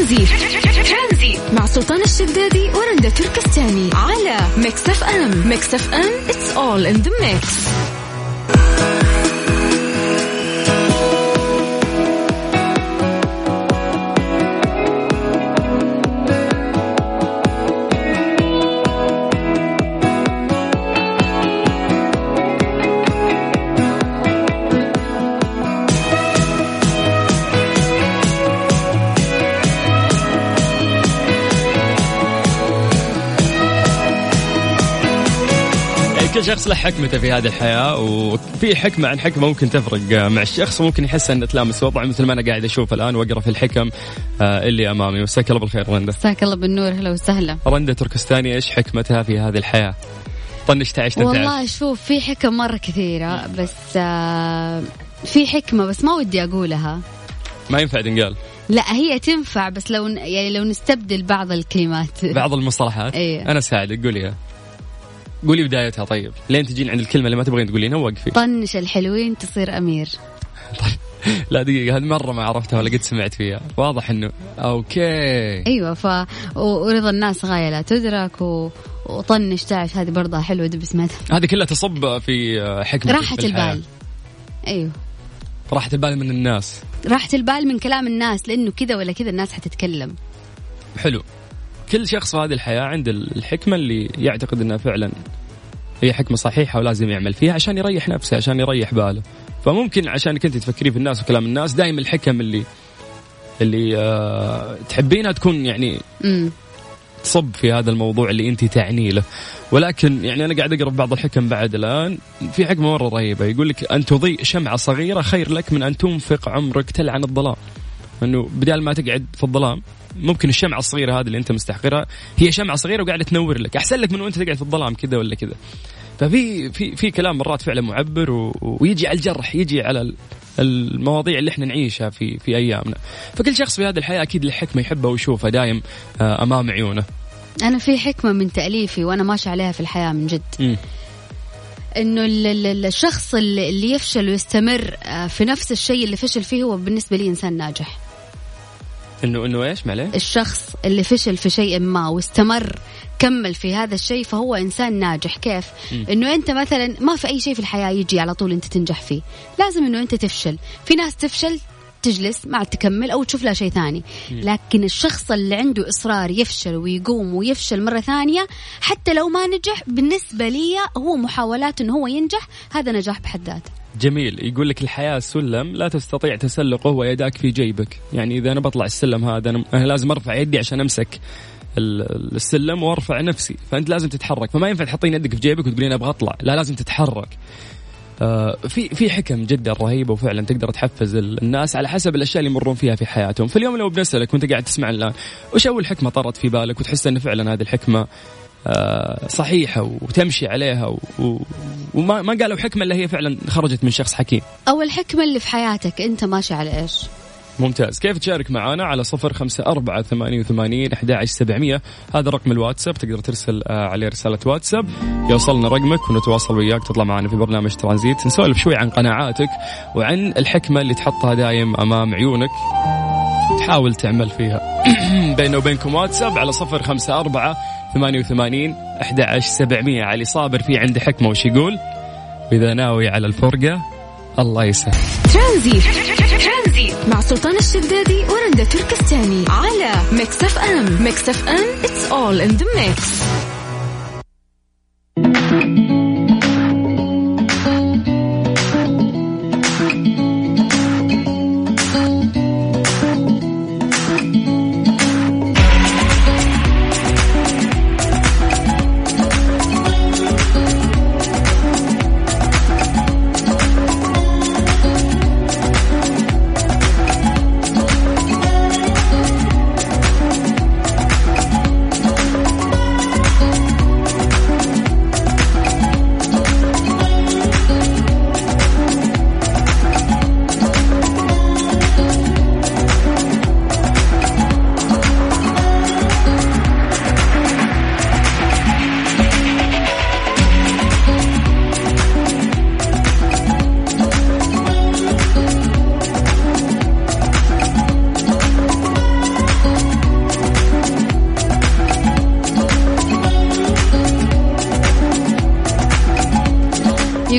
ترانزيت مع سلطان الشدادي ورندا تركستاني على ميكس اف ام. ميكس اف ام it's all in the mix. كل شخص له حكمته في هذه الحياة، وفي حكمة عن حكمة ممكن تفرق مع الشخص وممكن يحس أن تلامس وضع، مثل ما أنا قاعد أشوف الآن وأقرأ في الحكم اللي أمامي. مساك الله بالخير رندا. مساك الله بالنور. هلا وسهلا. رندا تركستاني، إيش حكمتها في هذه الحياة؟ طنش تعيش تنتعش. والله شوف، في حكم مرة كثيرة، بس في حكمة بس ما ودي أقولها. ما ينفع تنقال. لا هي تنفع، بس لو نستبدل بعض الكلمات بعض المصطلحات. أيه. أنا ساعدك، قولي بدايتها. طيب لين تجين عند الكلمة اللي ما تبغين تقولينها وقفي. طنش الحلوين تصير أمير. لا دقيقة، هذه مرة ما عرفتها ولا قد سمعت فيها. واضح إنه أوكي. أيوة. ورضا الناس غاية لا تدرك وطنش تعش، هذه برضه حلوة دب اسمها. هذه كلها تصب في حكمة راحة البال. أيوة، راحة البال من الناس، راحة البال من كلام الناس، لأنه كذا ولا كذا الناس حتتكلم. حلو. كل شخص في هذه الحياة عند الحكمة اللي يعتقد أنها فعلا هي حكمة صحيحة ولازم يعمل فيها عشان يريح نفسه، عشان يريح باله. فممكن عشان كنت تفكري في الناس وكلام الناس، دائما الحكم اللي تحبينها تكون يعني تصب في هذا الموضوع اللي أنت تعني له. ولكن يعني أنا قاعد أقرأ بعض الحكم بعد الآن، في حكمة مرة رهيبة يقول لك أن تضيء شمعة صغيرة خير لك من أن تنفق عمرك تلعن الظلام. أنه بدال ما تقعد في الظلام، ممكن الشمعة الصغيرة هذه اللي أنت مستحقرها هي شمعة صغيرة وقاعدة تنور لك، أحسن لك من وأنت تقعد في الظلام كذا ولا كذا. ففي كلام مرات فعلا معبر ويجي على الجرح، يجي على المواضيع اللي احنا نعيشها في أيامنا. فكل شخص في هذه الحياة أكيد له حكمة يحبها ويشوفها دايم أمام عيونه. أنا في حكمة من تأليفي وأنا ماشي عليها في الحياة من جد. إنه الشخص اللي يفشل ويستمر في نفس الشيء اللي فشل فيه هو بالنسبة لي إنسان ناجح. إنه إيش معليه؟ الشخص اللي فشل في شيء ما واستمر كمل في هذا الشيء فهو إنسان ناجح. كيف؟ إنه أنت مثلا ما في أي شيء في الحياة يجي على طول أنت تنجح فيه، لازم إنه أنت تفشل. في ناس تفشل تجلس ما تكمل أو تشوف لها شيء ثاني، لكن الشخص اللي عنده إصرار يفشل ويقوم ويفشل مرة ثانية حتى لو ما نجح، بالنسبة لي هو محاولات إنه هو ينجح، هذا نجاح بحد ذاته. جميل. يقول لك الحياة سلم لا تستطيع تسلقه ويداك في جيبك. يعني إذا أنا بطلع السلم هذا أنا لازم أرفع يدي عشان أمسك السلم وارفع نفسي، فأنت لازم تتحرك. فما ينفع تحطين يدك في جيبك وتقولين أبغى أطلع، لا لازم تتحرك. في حكم جدا رهيبة وفعلا تقدر تحفز الناس على حسب الأشياء اللي يمرون فيها في حياتهم. في اليوم لو بنسألك وانت قاعد تسمع الآن، وش أول حكمة طرت في بالك وتحس أن فعلا هذه الحكمة صحيحة وتمشي عليها وما قالوا حكمة اللي هي فعلا خرجت من شخص حكيم؟ أول حكمة اللي في حياتك أنت ماشي على إيش؟ ممتاز. كيف تشارك معنا؟ على 0548811700 هذا رقم الواتساب، تقدر ترسل عليه رسالة واتساب يوصلنا رقمك ونتواصل وياك، تطلع معنا في برنامج ترانزيت، نسولف شوي عن قناعاتك وعن الحكمة اللي تحطها دايم أمام عيونك تحاول تعمل فيها. بيننا وبينكم واتساب على 0548811700. علي صابر في عنده حكمة وش يقول؟ إذا ناوي على الفرقة الله يسهل. ترانزيت مع سلطان الشدادي ورندا تركستاني على ميكس اف ام. ميكس اف ام it's all in the mix.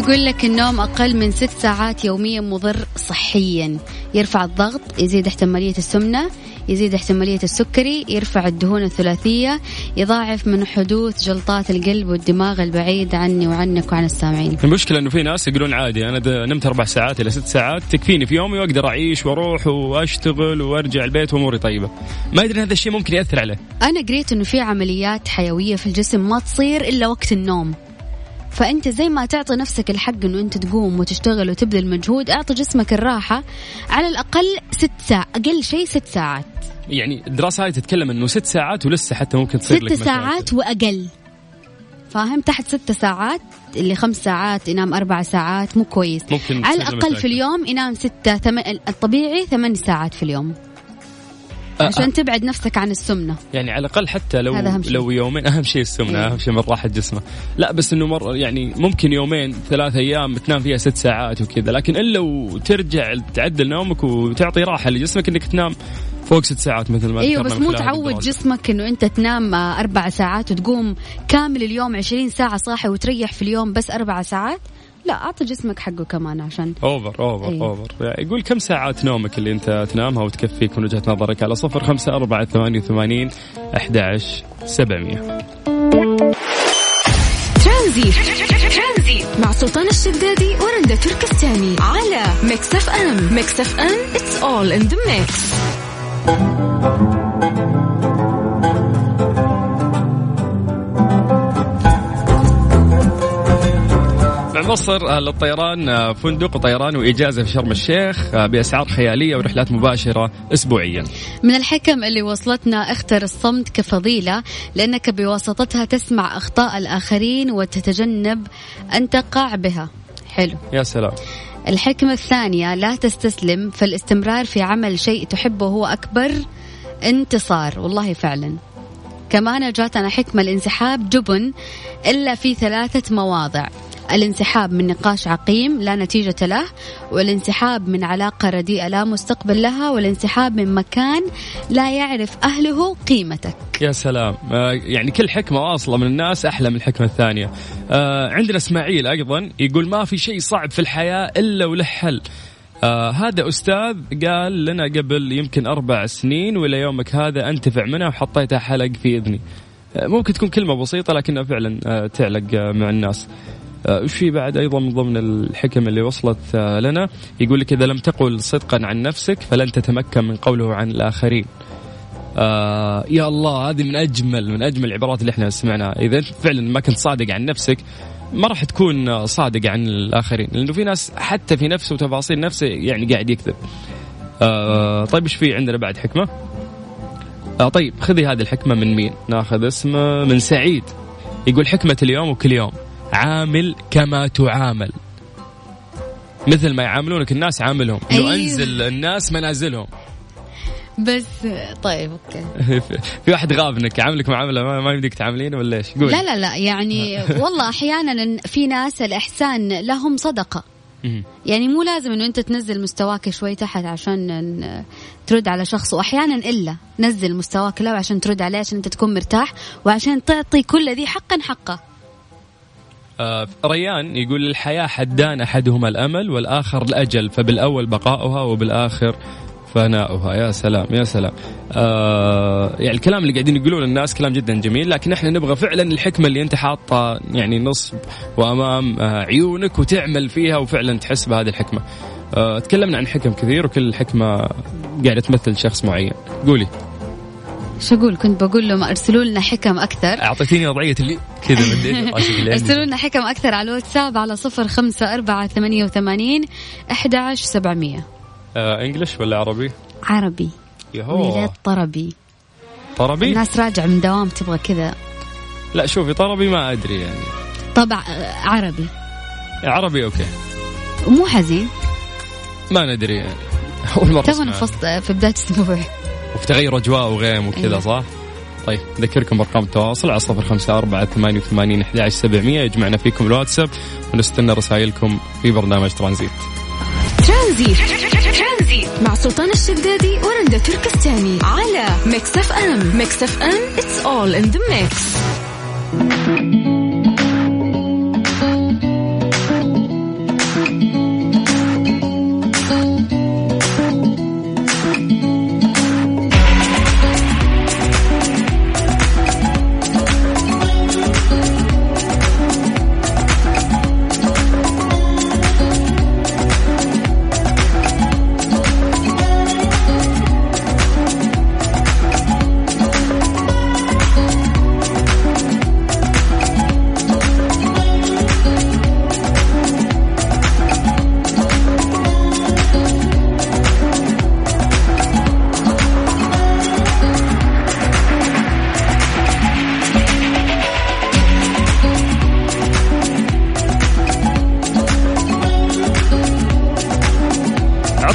يقول لك النوم أقل من 6 ساعات يوميا مضر صحيا، يرفع الضغط، يزيد احتمالية السمنة، يزيد احتمالية السكري، يرفع الدهون الثلاثية، يضاعف من حدوث جلطات القلب والدماغ البعيد عني وعنك وعن السامعين. المشكلة إنه في ناس يقولون عادي أنا نمت 4 ساعات إلى 6 ساعات تكفيني في يومي وأقدر أعيش وأروح وأشتغل وأرجع البيت وأموري طيبة. ما أدري هذا الشيء ممكن يأثر عليه. أنا قريت إنه في عمليات حيوية في الجسم ما تصير إلا وقت النوم، فأنت زي ما تعطي نفسك الحق إنه أنت تقوم وتشتغل وتبذل مجهود، أعطي جسمك الراحة على الأقل 6 ساعات، أقل شيء 6 ساعات. يعني الدراسة هاي تتكلم إنه 6 ساعات ولسه حتى ممكن تصير لك 6 ساعات وأقل، فاهم؟ تحت 6 ساعات، اللي 5 ساعات ينام 4 ساعات مو كويس. على الأقل في اليوم ينام 6 8، الطبيعي 8 ساعات في اليوم عشان تبعد نفسك عن السمنة. يعني على الأقل حتى لو يومين، أهم شيء السمنة، أهم شيء من راحة جسمه. لا بس إنه مرة يعني ممكن يومين 3 أيام تنام فيها 6 ساعات وكذا، لكن إلا وترجع تعدل نومك وتعطي راحة لجسمك إنك تنام فوق 6 ساعات مثل ما أيوة، بس مو تعود جسمك إنه أنت تنام 4 ساعات وتقوم كامل اليوم 20 ساعة صاحي وتريح في اليوم بس 4 ساعات. لا، أعطي جسمك حقه كمان عشان أوفر. يقول كم ساعات نومك اللي أنت تنامها وتكفيك من وجهة نظرك على 0548811700. ترانزي مع سلطان الشدادي ورندا تركستاني على ميكس اف ام. ميكس اف ام it's all in the mix. مصر للطيران فندق وطيران وإجازة في شرم الشيخ بأسعار خيالية ورحلات مباشرة أسبوعيا. من الحكم اللي وصلتنا اختر الصمت كفضيلة، لأنك بواسطتها تسمع أخطاء الآخرين وتتجنب أن تقع بها. حلو، يا سلام. الحكمة الثانية لا تستسلم، فالاستمرار في عمل شيء تحبه هو أكبر انتصار. والله فعلا. كمان جاتنا حكمة الانسحاب جبن إلا في 3 مواضع: الانسحاب من نقاش عقيم لا نتيجة له، والانسحاب من علاقة رديئة لا مستقبل لها، والانسحاب من مكان لا يعرف أهله قيمتك. يا سلام. يعني كل حكمة واصلة من الناس أحلى من الحكمة الثانية. عندنا إسماعيل أيضا يقول ما في شيء صعب في الحياة إلا وله حل. هذا أستاذ قال لنا قبل يمكن 4 سنين، وإلى يومك هذا أنتفع منها وحطيتها حلق في إذني. ممكن تكون كلمة بسيطة لكنها فعلا تعلق مع الناس. وش في بعد أيضا من ضمن الحكم اللي وصلت لنا؟ يقول لك إذا لم تقل صدقا عن نفسك فلن تتمكن من قوله عن الآخرين. يا الله، هذه من أجمل العبارات اللي احنا سمعناها. إذا أنت فعلا ما كنت صادق عن نفسك ما راح تكون صادق عن الآخرين، لأنه في ناس حتى في نفسه وتفاصيل نفسه يعني قاعد يكذب. طيب إيش في عندنا بعد حكمة؟ طيب خذي هذه الحكمة من مين؟ ناخذ اسمه من سعيد. يقول حكمة اليوم وكل يوم: عامل كما تعامل، مثل ما يعاملونك الناس عاملهم. أيوه. أنزل الناس منازلهم. بس طيب اوكي. في واحد غابنك عاملك معاملة ما يمديك تعاملين ولا ايش؟ قول. لا يعني والله احيانا في ناس الإحسان لهم صدقة. يعني مو لازم انه انت تنزل مستواك شوي تحت عشان ترد على شخص، واحيانا الا نزل مستواك له عشان ترد عليه، عشان انت تكون مرتاح وعشان تعطي كل ذي حقا حقه. ريان يقول الحياة حدان، أحدهما الأمل والآخر الأجل، فبالأول بقاؤها وبالآخر فناؤها. يا سلام يا سلام. يعني الكلام اللي قاعدين يقولون الناس كلام جدا جميل، لكن احنا نبغى فعلا الحكمة اللي انت حاطة يعني نصب وأمام عيونك وتعمل فيها وفعلا تحس بهذه الحكمة. تكلمنا عن حكم كثير وكل حكمة قاعدة تمثل شخص معين. قولي. شو أقول؟ كنت بقول لهم أرسلوا لنا حكم أكثر. أعطيتيني وضعية اللي كذا من أرسلوا لنا حكم أكثر على الواتساب على 0548811700. إنجليش ولا عربي؟ عربي. ميلاد طربي. طربي؟ الناس راجع من دوام تبغى كذا. لا شوفي طربي ما أدري يعني. طبعا عربي. عربي أوكي. مو حزين. ما ندري يعني. أول مرة تونا في بداية الأسبوع. وفي تغير أجواء وغيم وكذا صح؟ طيب نذكركم بأرقام التواصل على 0548811700 يجمعنا فيكم الواتساب ونستنى رسائلكم في برنامج ترانزيت مع سلطان الشدادي ورندا تركستاني على ميكس اف ام. ميكس اف ام it's all in the mix.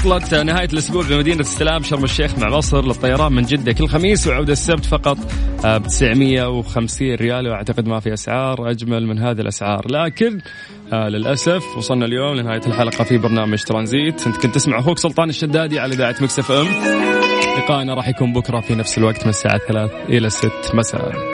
عطلة نهاية الأسبوع بمدينة السلام شرم الشيخ مع مصر للطيران من جدة كل خميس وعودة السبت فقط ب950 ريال. وأعتقد ما في أسعار أجمل من هذه الأسعار. لكن للأسف وصلنا اليوم لنهاية الحلقة في برنامج ترانزيت. أنت كنت تسمع أخوك سلطان الشدادي على إذاعة مكس اف ام. لقاءنا راح يكون بكرة في نفس الوقت من الساعة 3 إلى 6 مساء.